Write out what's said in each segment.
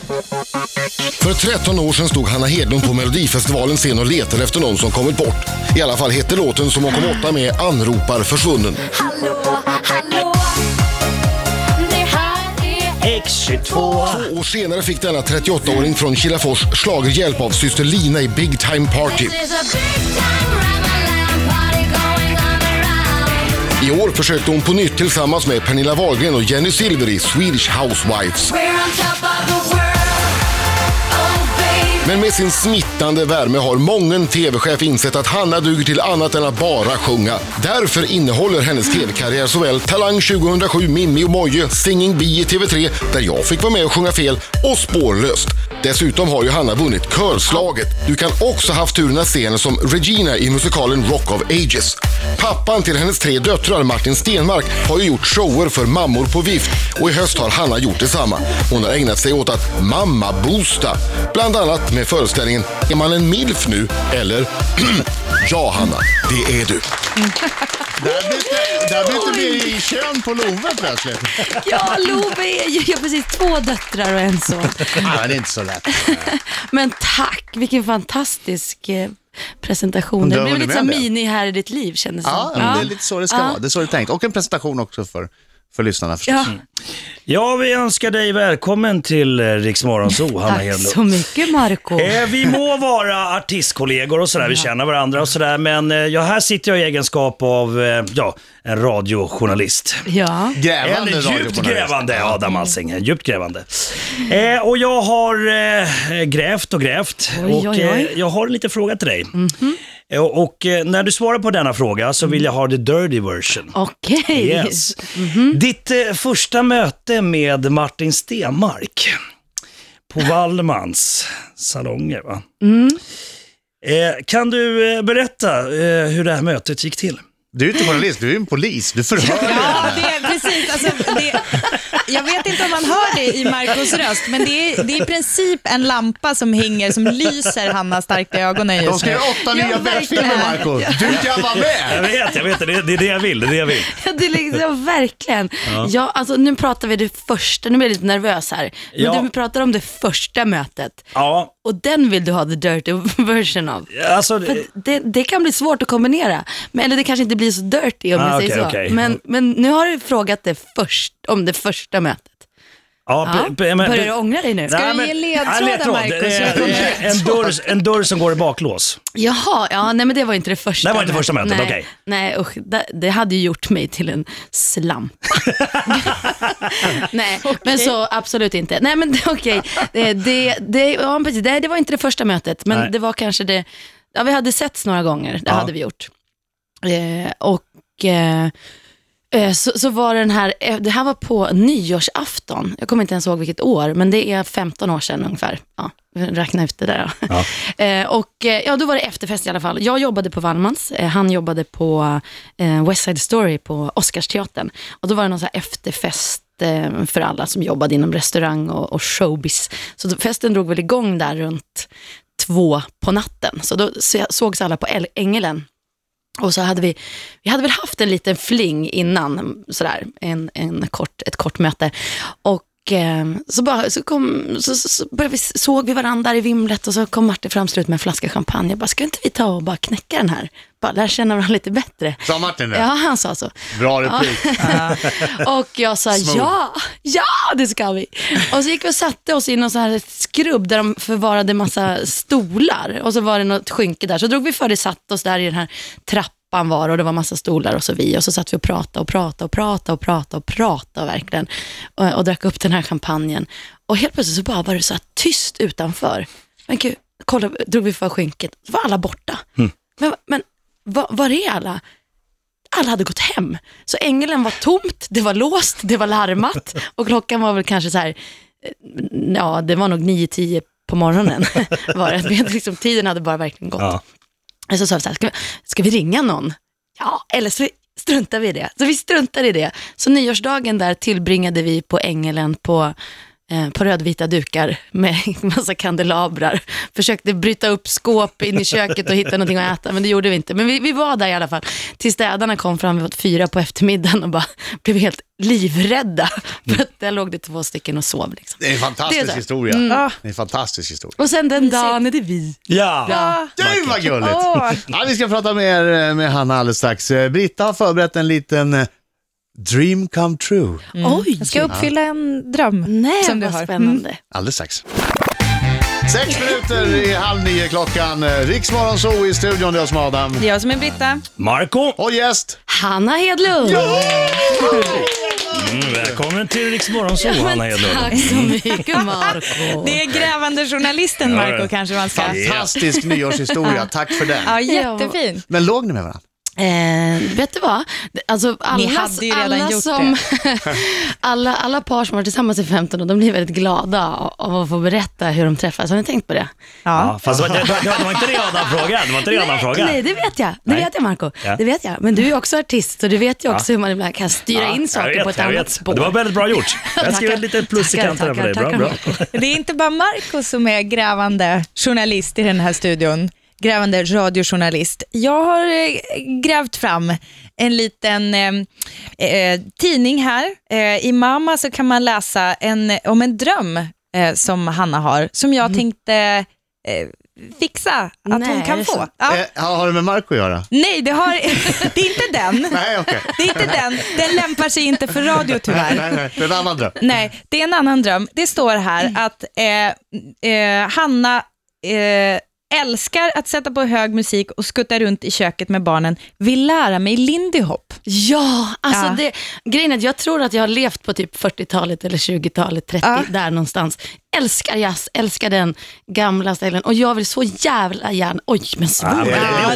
För 13 år sedan stod Hanna Hedlund på Melodifestivalens scen och letade efter någon som kommit bort. I alla fall hette låten som hon kom 8 med Anropar försvunnen. Hallå, hallå, det här är X22. 2 år senare fick denna 38-åring från Kilafors slager hjälp av syster Lina i Big Time Party. I år försökte hon på nytt tillsammans med Pernilla Wahlgren och Jenny Silver i Swedish Housewives. Men med sin smittande värme har mången tv-chef insett att Hanna duger till annat än att bara sjunga. Därför innehåller hennes tv-karriär såväl Talang 2007, Mimmi och Moje, Singing Bee i TV3, där jag fick vara med och sjunga fel, och Spårlöst. Dessutom har ju Hanna vunnit körslaget. Du kan också haft turen att se henne som Regina i musikalen Rock of Ages. Pappan till hennes 3 döttrar, Martin Stenmark, har ju gjort shower för mammor på vift, och i höst har Hanna gjort detsamma. Hon har ägnat sig åt att mamma-boosta, bland annat med föreställningen Är man en milf nu? Eller Ja Hanna, det är du. Där byter vi i kön på Love plötsligt. Ja, Love är ju precis 2 döttrar och en son. Ja, det är inte så lätt. Men tack, vilken fantastisk presentation. Det blev lite som mini här i ditt liv, kändes det. Ja, det är lite så det ska vara. Det är så det är tänkt. Och en presentation också för lyssnarna förstås. Ja. Ja, vi önskar dig välkommen till Rix Morgonzoo, Hanna Hedlund. Tack så mycket, Marco. Vi må vara artistkollegor och sådär, vi känner varandra och sådär, men här sitter jag i egenskap av en radiojournalist. Ja. Grävande En djupt grävande Adam Alsing, djupt grävande. Och jag har grävt och grävt. Oj. Och jag har en liten fråga till dig. Och när du svarar på denna fråga så vill jag ha the dirty version. Okej. Yes. Ditt första möte med Martin Stenmark på Waldmans salonger, va? Kan du berätta hur det här mötet gick till? Du är inte journalist, du är en polis. Du förhör. Ja, det är precis. Alltså, jag vet inte om man hör det i Marcos röst, men det är i princip en lampa som hänger, som lyser Hanna starkt i ögonen just nu. De ska göra 8 nya berättfilmer, Marco. Du kan vara med. Jag vet, det är det jag vill, Ja, det är liksom, verkligen. Ja, alltså nu pratar vi det första, nu blir jag lite nervös här. Men du pratar om det första mötet. Ja. Och den vill du ha the dirty version av. Alltså, det kan bli svårt att kombinera. Men, eller det kanske inte blir så dirty om jag säger så. Okay. Men nu har du frågat om det första mötet. Ja, börjar du ångra dig nu? Ska du ge ledtrådar, Marcus? En dörr som går i baklås. Jaha, nej men det var inte det första. Det var inte första mötet, nej, okej. Nej, usch, det hade ju gjort mig till en slamp. Nej, men så absolut inte. Nej, men okej. Det var inte det första mötet, men det var kanske det. Ja, vi hade setts några gånger, det hade vi gjort. Så var det det här var på nyårsafton. Jag kommer inte ens ihåg vilket år, men det är 15 år sedan ungefär. Ja, räkna ut det där. Ja. Då var det efterfest i alla fall. Jag jobbade på Wallmans, han jobbade på West Side Story på Oscarsteatern. Och då var det någon så här efterfest för alla som jobbade inom restaurang och showbiz. Så festen drog väl igång där runt 2 på natten. Så då sågs alla på Ängelen. Och så hade vi hade väl haft en liten fling innan, sådär, ett kort möte. Och såg vi varandra i vimlet, och så kom Martin framslut med en flaska champagne. Jag bara, ska inte vi ta och bara knäcka den här? Bara lära känna varandra lite bättre. Sa Martin det? Ja, han sa så. Bra replik. Och jag sa, ja, det ska vi. Och så gick vi och satte oss i någon så här skrubb där de förvarade massa stolar. Och så var det något skynke där. Så drog vi för det, satt oss där i den här trappan och det var massa stolar och så satt vi och pratade verkligen. Och drack upp den här champagnen. Och helt plötsligt så bara var det så här tyst utanför. Men gud, kolla, drog vi för skynket. Så var alla borta. Men var är alla? Alla hade gått hem. Så Ängelen var tomt, det var låst, det var larmat. Och klockan var väl kanske så här, ja, det var nog 9-10 på morgonen. Var det. Liksom, tiden hade bara verkligen gått. Ja. Och så sa vi så här, ska vi ringa någon? Ja, eller så struntar vi i det. Så vi struntade i det. Så nyårsdagen där tillbringade vi på Ängelen på på rödvita dukar med en massa kandelabrar. Försökte bryta upp skåp in i köket och hitta någonting att äta, men det gjorde vi inte. Men vi var där i alla fall. Till städarna kom fram vid 4 på eftermiddagen och bara blev helt livrädda. För att där låg det 2 stycken och sov. Liksom. Det är en fantastisk historia. Det är en fantastisk historia. Och sen den dagen är det vi. Ja. Gud vad gulligt! Ja, vi ska prata mer med Hanna alldeles strax. Britta har förberett en liten dream come true. Oj, Jag ska uppfylla en dröm nej, som du vad har. spännande. Alldeles strax. 6 minuter i 8:30 klockan. Riksmorgon så i studion, det är jag som är Adam. Det är jag som är Britta. Marco. Och gäst. Hanna Hedlund. Välkommen till Riksmorgon så, Hanna Hedlund. Tack så mycket, Marco. Det är grävande journalisten Marco kanske man ska. Fantastisk nyårshistoria, tack för den. Ja, jättefin. Men låg ni med varandra? Vet du vad? Alltså, Ni hade ju redan gjort alla par som var tillsammans i 15 år, de blir väldigt glada av att få berätta hur de träffas. Har ni tänkt på det? Ja, fast det var inte det Adam-frågan. Det var inte det Adam-frågan. Nej, det vet jag. Det vet jag, Marco. Ja. Det vet jag. Men du är också artist, så du vet ju också hur man ibland kan styra in saker på ett annat spår. Det var väldigt bra gjort. Jag skrev en liten plus i kanten för dig. Bra. Det är inte bara Marco som är grävande journalist i den här studion. Grävande radiojournalist. Jag har grävt fram en liten tidning här. I Mamma så kan man läsa om en dröm som Hanna har, som jag tänkte fixa att hon kan få. Ja. Har det med Marco att göra? Nej, det är inte den. Nej, okej. Det är inte den. Den lämpar sig inte för radio tyvärr. Nej, det är en annan dröm. Nej, det är en annan dröm. Det står här att Hanna älskar att sätta på hög musik och skutta runt i köket med barnen. Vill lära mig Lindy Hop. Ja, alltså Ja. grejen är att jag tror att jag har levt på typ 40-talet eller 20-talet, 30, där någonstans. Älskar jazz, älskar den gamla stilen och jag vill så jävla gärna, men svårt. Det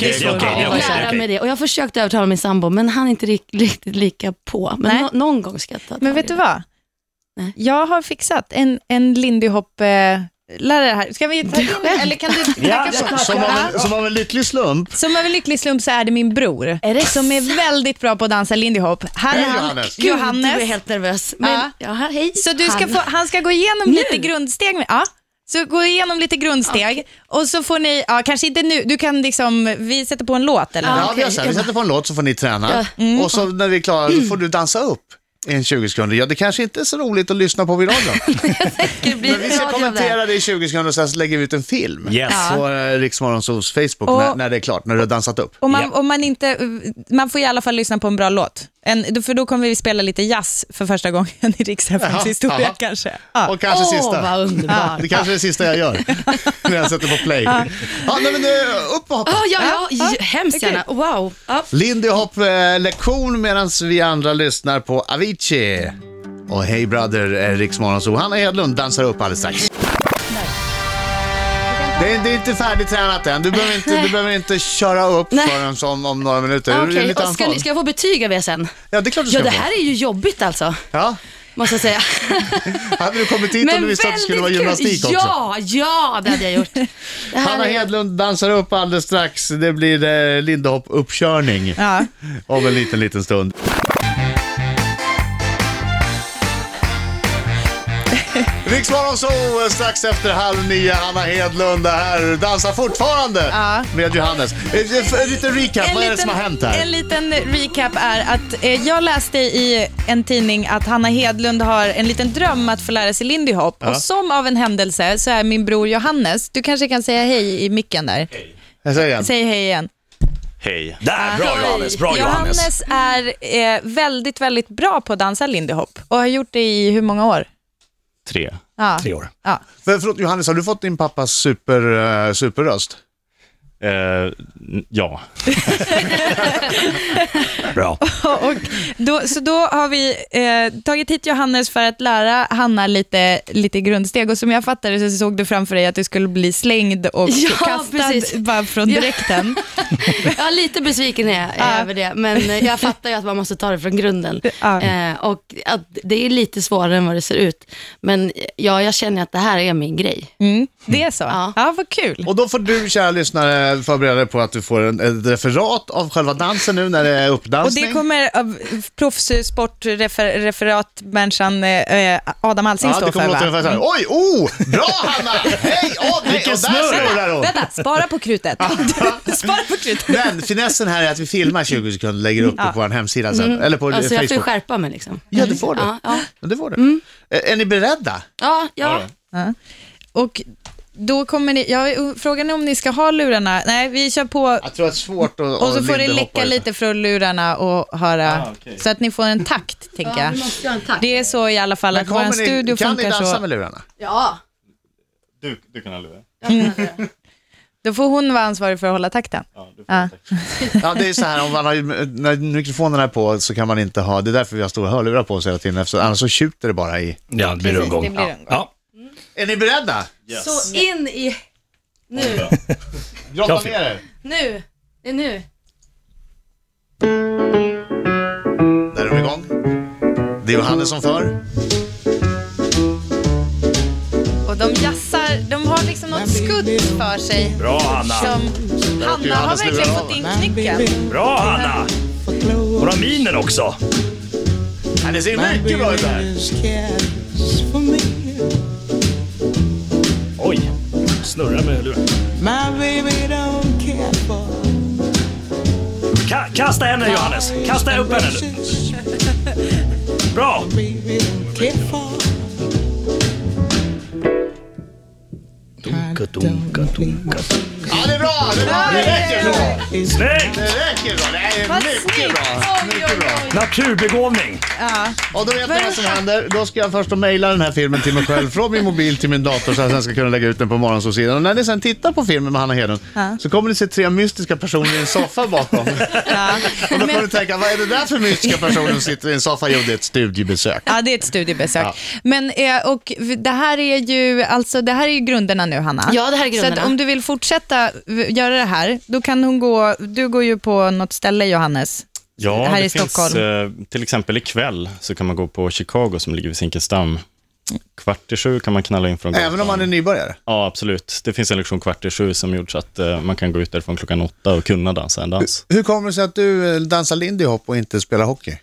är okej. Med det. Och jag försökte övertala min sambo, men han är inte riktigt lika på. Men någon gång ska jag ta Men vet du vad? Nej. Jag har fixat en Lindy Hop lärare här. Ska vi ta in eller kan du Som av en lycklig slump. Som av en lycklig slump så är det min bror som är väldigt bra på att dansa Lindy Hop. Här är han, Johannes. Johannes. Du är helt nervös. Men, hej. Så du ska han ska gå igenom lite grundsteg. Så gå igenom lite grundsteg och så får ni, kanske inte nu, du kan liksom, vi sätter på en låt eller? Ja, vi sätter på en låt så får ni träna. Och så när vi är klara så får du dansa upp i en 20 sekunder. Ja, det kanske inte är så roligt att lyssna på vid radion. Men vi ska kommentera det i 20 sekunder och sen så lägger vi ut en film på Riksmorgonsos Facebook när det är klart, när du har dansat upp. Och man får i alla fall lyssna på en bra låt. För då kommer vi spela lite jazz för första gången i Riks-FMs historia kanske. Ja. Och kanske sista. Vad underbart. Det kanske är det sista jag gör när jag sätter på play. Men upp och hoppa. Hemskt gärna. Wow. Lindy Hop lektion medan vi andra lyssnar på Avicii. Och Hey Brother, Riksmorgonso. Hanna Hedlund dansar upp alldeles strax. Det är inte färdigtränat än. Du behöver inte köra upp förrän om några minuter. Okej, och ska jag få betyg av er sen? Ja, det är klart du ska det här är ju jobbigt alltså. Ja. Måste jag säga. Hade du kommit hit om du visste att det skulle vara gymnastik också? Ja, det hade jag gjort. Hanna Hedlund dansar upp alldeles strax. Det blir Lindy Hop uppkörning om en liten stund. Riksmorgon så strax efter 8:30. Hanna Hedlund här dansar fortfarande med Johannes. En liten recap, vad är det som har hänt här? En liten recap är att jag läste i en tidning att Hanna Hedlund har en liten dröm att få lära sig Lindy Hop. Och som av en händelse så är min bror Johannes, du kanske kan säga hej i micken där. Hej. Jag säger igen. Säg hej igen. Hej. Där, bra Johannes, bra Johannes. Johannes är väldigt, väldigt bra på att dansa Lindy Hop och har gjort det i hur många år? 3. 3 år. Ja. Förlåt Johannes, har du fått din pappas superröst? Ja. Bra. Och då har vi tagit hit Johannes för att lära Hanna lite grundsteg. Och som jag fattade så såg du framför dig att du skulle bli slängd och kastad bara från direkten. Ja, lite besviken är jag över det. Men jag fattar ju att man måste ta det från grunden. Och att det är lite svårare än vad det ser ut. Men jag känner att det här är min grej. Det är så? Ja, vad kul. Och då får du, kära lyssnare, förbereda dig på att du får ett referat av själva dansen nu när det är uppdansning. Och det kommer av proffssportreferatmänniskan Adam Alsing stå för, va? Oj, bra Hanna! Hej, vilken snurr! Vänta, spara på krutet. Spara på krutet. Men finessen här är att vi filmar 20 sekunder och lägger upp det på vår hemsida sen. Eller på Alltså Facebook. jag får skärpa mig liksom. Ja, det får du. Ja. Det får du. Är ni beredda? Ja. Och då kommer ni, frågan är om ni ska ha lurarna. Nej, vi kör på. Jag tror det är svårt att och så får det läcka lite från lurarna och höra. Så att ni får en takt, tänker jag. Vi måste göra en takt. Det är så i alla fall att vår studio kan funkar ni dansa så. med lurarna? Ja. Du kan ha lurar. Då får hon vara ansvarig för att hålla takten. Ja, det är så här, om man har, när mikrofonen är på så kan man inte ha, det är därför vi har stora hörlurar på oss hela tiden, annars så tjuter det bara i. Ja, det blir rundgång. Det blir rundgång. Ja. Är ni beredda? Yes. Så in i... Nu. Grotta ner er. Nu. Det är nu. Där är de igång. Det är Johannes som för. Och de jassar, de har liksom något skutt för sig. Bra Hanna. Som Hanna har verkligen fått in knycken. Bra Hanna. Och har minen också. Ja, det ser mycket bra ut här. Oj, snurra med luren. Kasta henne Johannes. Kasta upp henne nu. Bra. Dunka. Ja, det är bra. Det räcker bra. Snyggt. Det räcker bra. Det är mycket bra. Mycket bra. Naturbegåvning. Och då vet ni vad som händer. Då ska jag först mejla den här filmen till mig själv från min mobil till min dator så att jag sen ska kunna lägga ut den på morgonsåsidan. Och när ni sen tittar på filmen med Hanna Hedlund så kommer ni se 3 mystiska personer i en soffa bakom. Och då kommer ni tänka, vad är det där för mystiska personer som sitter i en soffa? Jo, det är ett studiebesök. Ja, det är ett studiebesök. Ja. Men, och det här är ju grunderna nu, Hanna. Ja, det här är grunderna. Så att om du vill fortsätta göra det här, då kan du går ju på något ställe, Johannes. Ja, här det i Stockholm. finns till exempel ikväll så kan man gå på Chicago som ligger vid Zinkensdamm. 6:15 kan man knalla in från gatan. Även om man är nybörjare? Ja, absolut. Det finns en lektion 6:15 som gjort så att man kan gå ut därifrån 8:00 och kunna dansa en dans. Hur kommer det sig att du dansar lindy hop och inte spelar hockey?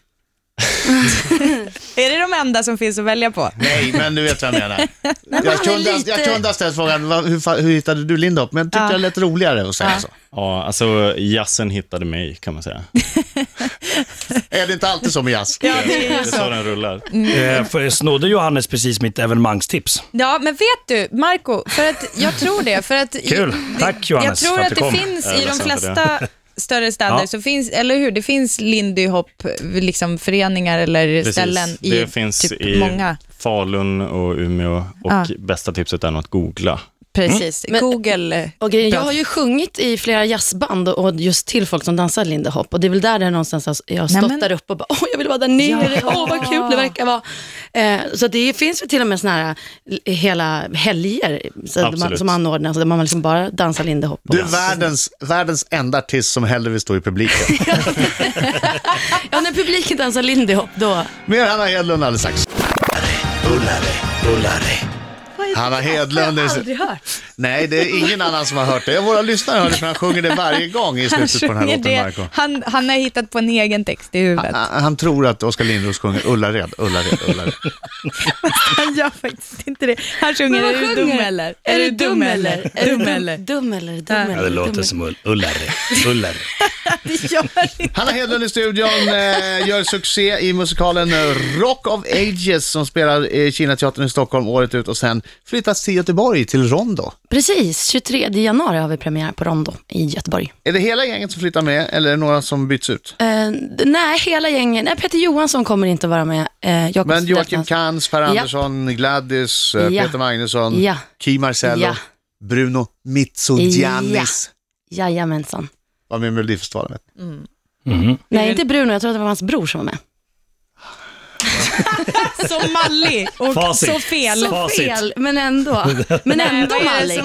Är det de enda som finns att välja på? Nej, men du vet vad jag menar. Jag kunde ha ställt frågan, hur hittade du lindy hop? Men jag tyckte det lät roligare att säga så. Ja, alltså jazzen hittade mig, kan man säga. Är det inte alltid så med jazz? Ja, det är Det är så den rullar. För snodde Johannes precis mitt evenemangstips. Ja, men vet du, Marco, för att jag tror det. För att Kul. Tack Johannes jag tror för att att du det kom. finns Jag är i de ledsen för flesta större städer så finns, eller hur? Det finns lindy hop liksom föreningar eller ställen i det finns typ i många. Falun och Umeå och bästa tipset är nog att googla. Precis, Men- Google. Och jag har ju sjungit i flera jazzband och just till folk som dansar lindy hop. Och det är väl där någonstans jag har stått där uppe och bara, jag vill vara där nere, vad kul det verkar vara. Så det finns väl till och med såna här hela helger som anordnas där man liksom bara dansar lindy hop. Du är världens enda artist som hellre vill stå i publiken. Ja, när publiken dansar lindy hop då. Mer Hanna Hedlund alldeles strax. Ullare. Hanna Hedlund Jag är... har aldrig hört. Nej, det är ingen annan som har hört det. Våra lyssnare hör det, för han sjunger det varje gång i slutet på den här låten, Marco. Han har hittat på en egen text i huvudet. Han tror att Oskar Lindros sjunger Ullared. Han gör faktiskt inte det. Han sjunger, Men vad är du sjunger? dum eller? Är du dum eller? Är Dum du eller? dum eller? Ja, det låter som Ullare. Det gör inte. Hanna Hedlund i studion gör succé i musikalen Rock of Ages som spelar i Kinateatern i Stockholm året ut och sen flyttas till Göteborg, till Rondo. Precis, 23 januari har vi premiär på Rondo i Göteborg. Är det hela gänget som flyttar med eller är det några som byts ut? Nej, hela gängen. Nej, Peter Johansson kommer inte vara med. Men Joakim Kans, Per Andersson, Gladys, Peter Magnusson, Ki Marcello, Bruno Mitsogiannis. Jajamensan. Var med i Melodifestivalen. Nej, inte Bruno. Jag tror att det var hans bror som var med. Så mallig och Facit. så fel. Så fel, men ändå. Men ändå mallig.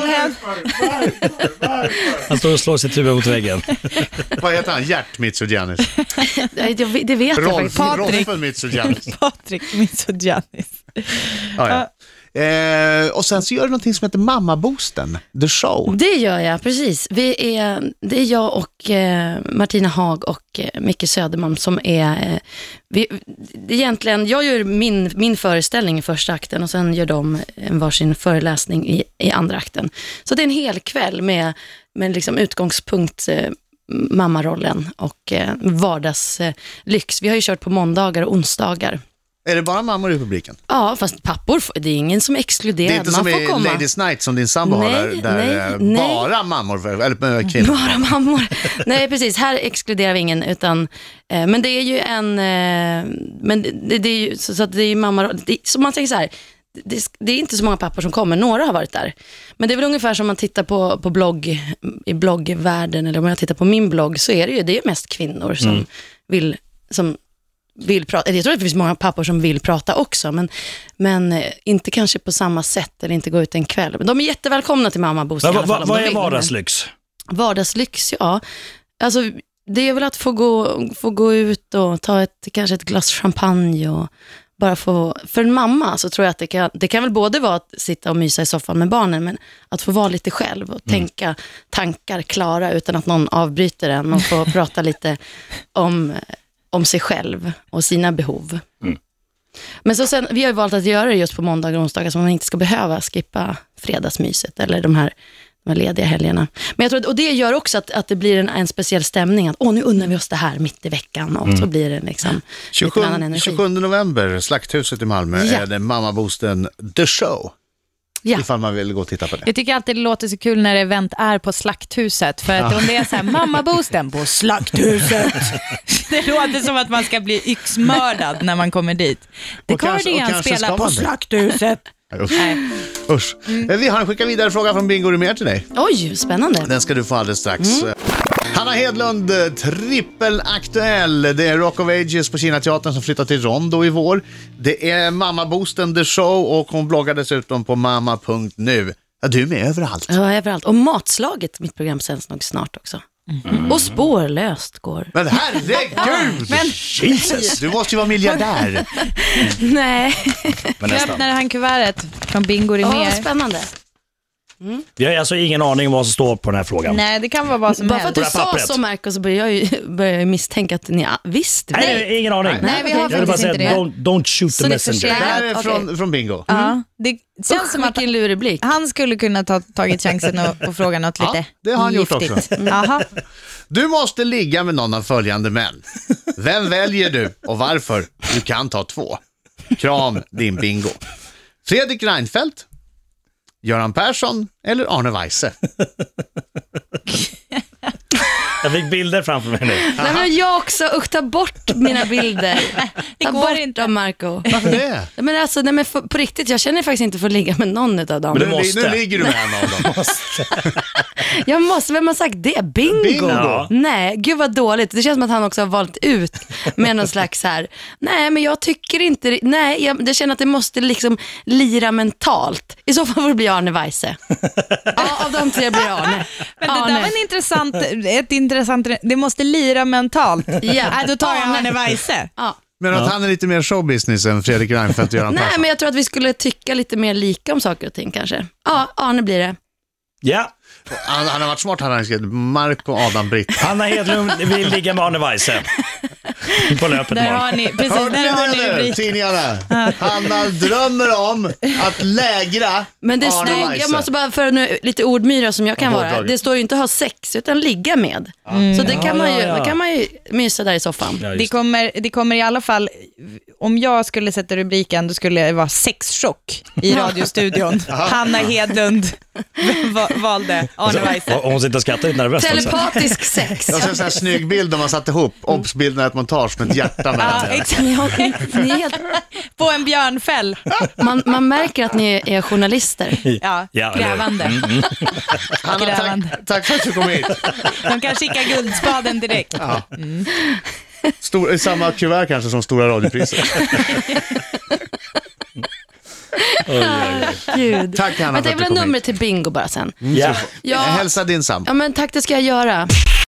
Han står och slår sitt huvud mot väggen. Vad heter han? Gert Mitsogiannis. Det vet jag faktiskt. Rolfen Mitsogiannis. Patrik Mitsogiannis. Ja. Och sen så gör du någonting som heter Mammaboosten, The Show. Det gör jag, precis. Det är jag och Martina Haag och Micke Söderman som är... egentligen, jag gör min föreställning i första akten och sen gör de varsin föreläsning i andra akten. Så det är en hel kväll med liksom utgångspunkt mammarollen och vardagslyx. Vi har ju kört på måndagar och onsdagar. Är det bara mammor i publiken? Ja, fast pappor, det är ingen som exkluderar. Det är inte man som får i komma. Ladies Night som din sambo har där nej. bara mammor, eller kvinnor. Bara mammor. Nej, precis. Här exkluderar vi ingen, utan men det är ju men det är ju så att det är ju mammor. Så man tänker så här, det är inte så många pappor som kommer. Några har varit där. Men det är väl ungefär som man tittar på blogg i bloggvärlden, eller om jag tittar på min blogg, så är det är mest kvinnor som vill prata. Jag tror att det finns många pappor som vill prata också, men inte kanske på samma sätt eller inte gå ut en kväll. Men de är jättevälkomna till Mammaboost i alla fall. Vad är vardagslyx? Vardagslyx, ja. Alltså, det är väl att få gå ut och ta kanske ett glas champagne och bara få... För en mamma så tror jag att det kan väl både vara att sitta och mysa i soffan med barnen, men att få vara lite själv och tänka tankar klara utan att någon avbryter en och få prata lite om sig själv och sina behov. Men så sen, vi har ju valt att göra det just på måndagar och onsdagar så man inte ska behöva skippa fredagsmyset eller de här lediga helgerna. Men jag tror och det gör också att det blir en speciell stämning att nu undrar vi oss det här mitt i veckan och så blir det liksom 27 november, Slakthuset i Malmö är det Mammaboosten The Show. Ja. Ifall man vill gå och titta på det. Jag tycker alltid det låter så kul när event är på Slakthuset. För att om det är så här, Mammaboosten på Slakthuset. Det låter som att man ska bli yxmördad när man kommer dit. Det Cardigan spelar på Slakthuset. Usch. Vi har en skicka vidare fråga från Bingo mer till dig. Oj, spännande. Den ska du få alldeles strax. Hanna Hedlund, trippelaktuell. Det är Rock of Ages på Kinateatern som flyttar till Rondo i vår. Det är Mammaboosten The Show och hon bloggar dessutom på mamma.nu. Ja, du är med överallt. Ja, överallt. Och Matslaget, mitt program, sänds nog snart också. Och Spårlöst går. Men herregud! Jesus, du måste ju vara miljardär. Nej. Men Nu öppnar han kuvertet från Bingo mer. Spännande. Vi har alltså ingen aning om vad som står på den här frågan. Nej, det kan vara vad som Bara för att helst. du sa så, Marcus, så börjar jag misstänka att ni visste. Nej, ingen aning. Nej, vi har Jag vill bara faktiskt säga inte det. don't shoot Så the ni messenger. förstår. Det här är Okej. från Bingo. Ja, det känns som att Vilken lurig blick. han skulle kunna tagit chansen och fråga något lite det har han gjort giftigt. också. Jaha. Du måste ligga med någon av följande män. Vem väljer du och varför? Du kan ta 2. Kram, din Bingo. Fredrik Reinfeldt, Göran Persson eller Arne Weise? Jag fick bilder framför mig nu. Nej, men jag också, ta bort mina bilder. Det Ta går bort inte. dem, Marco. Varför det? Men alltså, nej, men på riktigt, jag känner faktiskt inte för att ligga med någon av dem. Men du måste. Nu ligger du med en av dem. Jag måste, vem har sagt det? Bingo? Bingo. Ja. Nej, gud vad dåligt. Det känns som att han också har valt ut med någon slags här, nej men jag tycker inte, det känner att det måste liksom lira mentalt. I så fall får det bli Arne Weise. Ja, av de 3 blir Arne. Men det där var ett intressant, det måste lira mentalt. Ja. Nej, då tar jag Arne. Arne Weise. Ja. Men att han är lite mer showbusiness än Fredrik Reinfeldt och Göran Nej, Persson. men jag tror att vi skulle tycka lite mer lika om saker och ting kanske. Ja, Arne blir det. Ja, Han har varit smart, han har skrivit Mark och Adam Britt. Hanna Hedlund vill ligga med Arne Weise. På löpet Där har imorgon. ni, precis, Hörde där har ni ni det, rubrik. tidningarna? Hanna drömmer om att lägra Men det Arne stod, Weise. jag måste bara för nu lite ordmyra som jag kan Ja, vara. hårddraget. Det står ju inte ha sex utan ligga med. Så det kan man ju, då kan man ju mysa där i soffan. Ja, Det just. kommer i alla fall, om jag skulle sätta rubriken, då skulle det vara sexchock i radiostudion. Hanna Hedlund valde Arne Weise. Och hon sitter och skrattar lite nervöst också. Telepatisk sex. Jag ser en sån här snygg bild om man satt ihop obs-bilden är ett montage med ett hjärta mellan Ja, det. exakt. Ni är helt, På en björnfäll. man märker att ni är journalister. Ja, Ja, eller- grävande. Hanna, Grävande. tack för att du kom hit. De kan skicka guldspaden direkt. I samma kuvert kanske som Stora radiopriset. Gud. Tack Hanna Men för det är att väl du kom nummer hit. till Bingo bara sen. Ja. Ja, Hälsa din sambo. ja men tack, det ska jag göra.